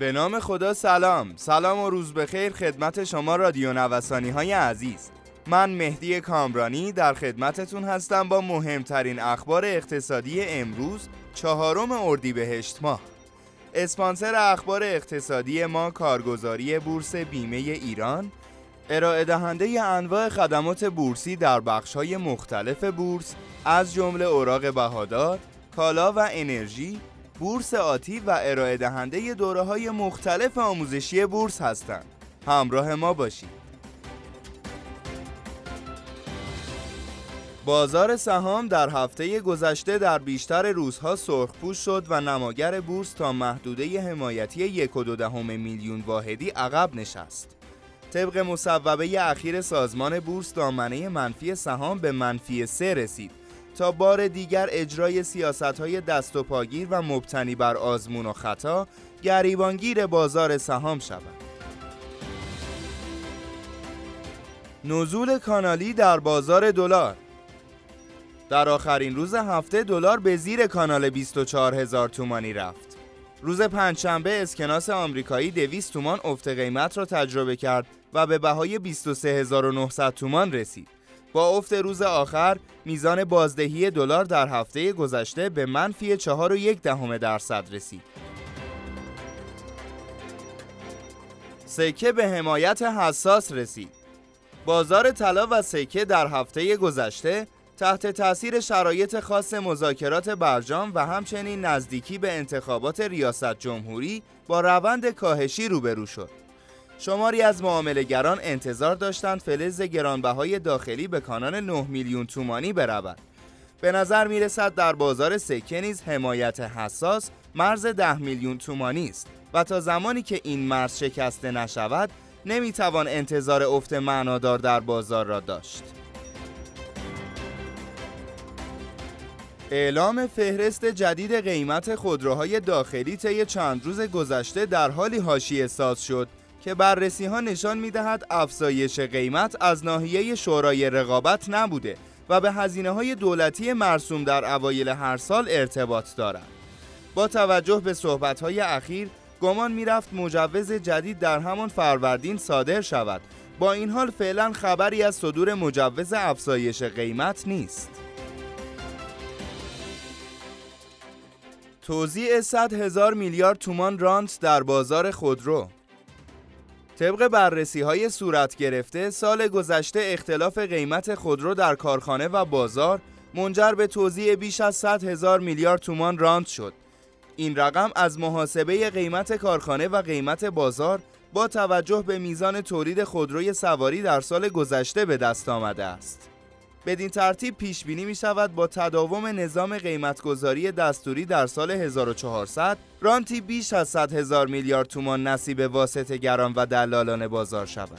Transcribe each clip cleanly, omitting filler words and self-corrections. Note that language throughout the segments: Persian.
به نام خدا. سلام و روز بخیر خدمت شما رادیو نوسانی های عزیز. من مهدی کامرانی در خدمتتون هستم با مهمترین اخبار اقتصادی امروز 4 اردیبهشت ماه. اسپانسر اخبار اقتصادی ما کارگزاری بورس بیمه ایران، ارائه دهنده انواع خدمات بورسی در بخش‌های مختلف بورس از جمله اوراق بهادار، کالا و انرژی، بورس آتی و ارائه دهنده دوره‌های مختلف آموزشی بورس هستند. همراه ما باشید. بازار سهام در هفته گذشته در بیشتر روزها سرخپوش شد و نماگر بورس تا محدوده حمایتی 1.2 میلیون واحدی عقب نشست. طبق مصوبه اخیر سازمان بورس دامنه منفی سهام به -3 رسید تا بار دیگر اجرای سیاست‌های دست و پاگیر و مبتنی بر آزمون و خطا گریبانگیر بازار سهام شود. نزول کانالی در بازار دلار. در آخرین روز هفته دلار به زیر کانال 24000 تومانی رفت. روز پنجشنبه اسکناس آمریکایی 200 تومان افت قیمت را تجربه کرد و به بهای 23900 تومان رسید. با افت روز آخر میزان بازدهی دلار در هفته گذشته به -4.1% رسید. سکه به حمایت حساس رسید. بازار طلا و سکه در هفته گذشته تحت تاثیر شرایط خاص مذاکرات برجام و همچنین نزدیکی به انتخابات ریاست جمهوری با روند کاهشی روبرو شد. شماری از معامله‌گران انتظار داشتند فلز گرانبهای داخلی به کانال 9 میلیون تومانی برود. به نظر میرسد در بازار سکه نیز حمایت حساس مرز 10 میلیون تومانی است و تا زمانی که این مرز شکسته نشود نمیتوان انتظار افت معنادار در بازار را داشت. اعلام فهرست جدید قیمت خودروهای داخلی طی چند روز گذشته در حالی حاشیه‌ساز شد که بررسی‌ها نشان می‌دهد افزایش قیمت از ناحیه شورای رقابت نبوده و به هزینه‌های دولتی مرسوم در اوایل هر سال ارتباط دارد. با توجه به صحبت‌های اخیر گمان می‌رفت مجوز جدید در همان فروردین صادر شود. با این حال فعلا خبری از صدور مجوز افزایش قیمت نیست. توزیع 100,000 میلیارد تومان رانت در بازار خودرو. طبق بررسی‌های صورت گرفته سال گذشته اختلاف قیمت خودرو در کارخانه و بازار منجر به توزیع بیش از 100,000 میلیارد تومان رانت شد. این رقم از محاسبه قیمت کارخانه و قیمت بازار با توجه به میزان تولید خودروی سواری در سال گذشته به دست آمده است. بدین ترتیب پیش بینی می شود با تداوم نظام قیمتگذاری دستوری در سال 1400 رانتی بیش از 100,000 میلیارد تومان نصیب واسطه‌گران و دلالان بازار شود.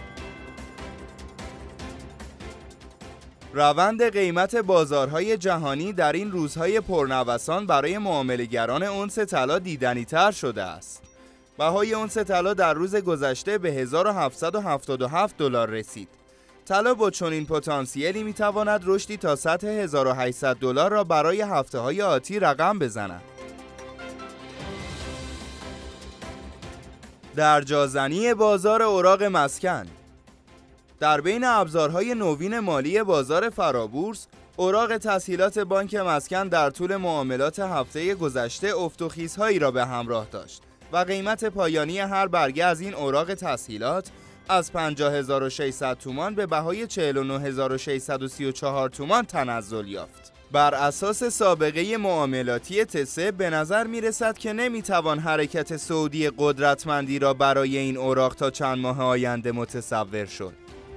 روند قیمت بازارهای جهانی در این روزهای پرنوسان برای معامله‌گران اونس طلا دیدنی‌تر شده است. بهای اونس طلا در روز گذشته به 1777 دلار رسید. طلا با چنین پتانسیلی میتواند رشدی تا سطح 1800 دلار را برای هفته‌های آتی رقم بزند. درجازنی بازار اوراق مسکن. در بین ابزارهای نوین مالی بازار فرابورس، اوراق تسهیلات بانک مسکن در طول معاملات هفته گذشته افت و خیزهایی را به همراه داشت و قیمت پایانی هر برگه از این اوراق تسهیلات از 50,600 تومان به بهای 49,634 تومان تنزل یافت. بر اساس سابقه معاملاتی تسه به نظر می رسد که نمی توان حرکت سعودی قدرتمندی را برای این اوراق تا چند ماه آینده متصور شد.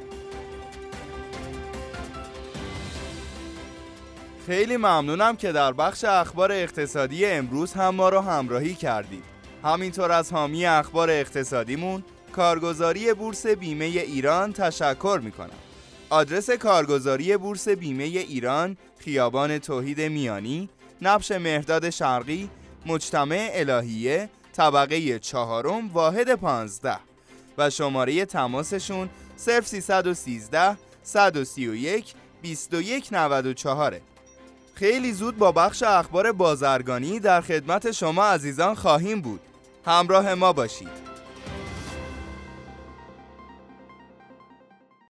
خیلی ممنونم که در بخش اخبار اقتصادی امروز هم ما را همراهی کردید. همینطور از حامی اخبار اقتصادیمون کارگزاری بورس بیمه ایران تشکر میکنم. آدرس کارگزاری بورس بیمه ایران خیابان توحید میانی، نبش مهرداد شرقی، مجتمع الهیه، طبقه 4 واحد 15 و شماره تماسشون 0313 131 2194. خیلی زود با بخش اخبار بازرگانی در خدمت شما عزیزان خواهیم بود. همراه ما باشید.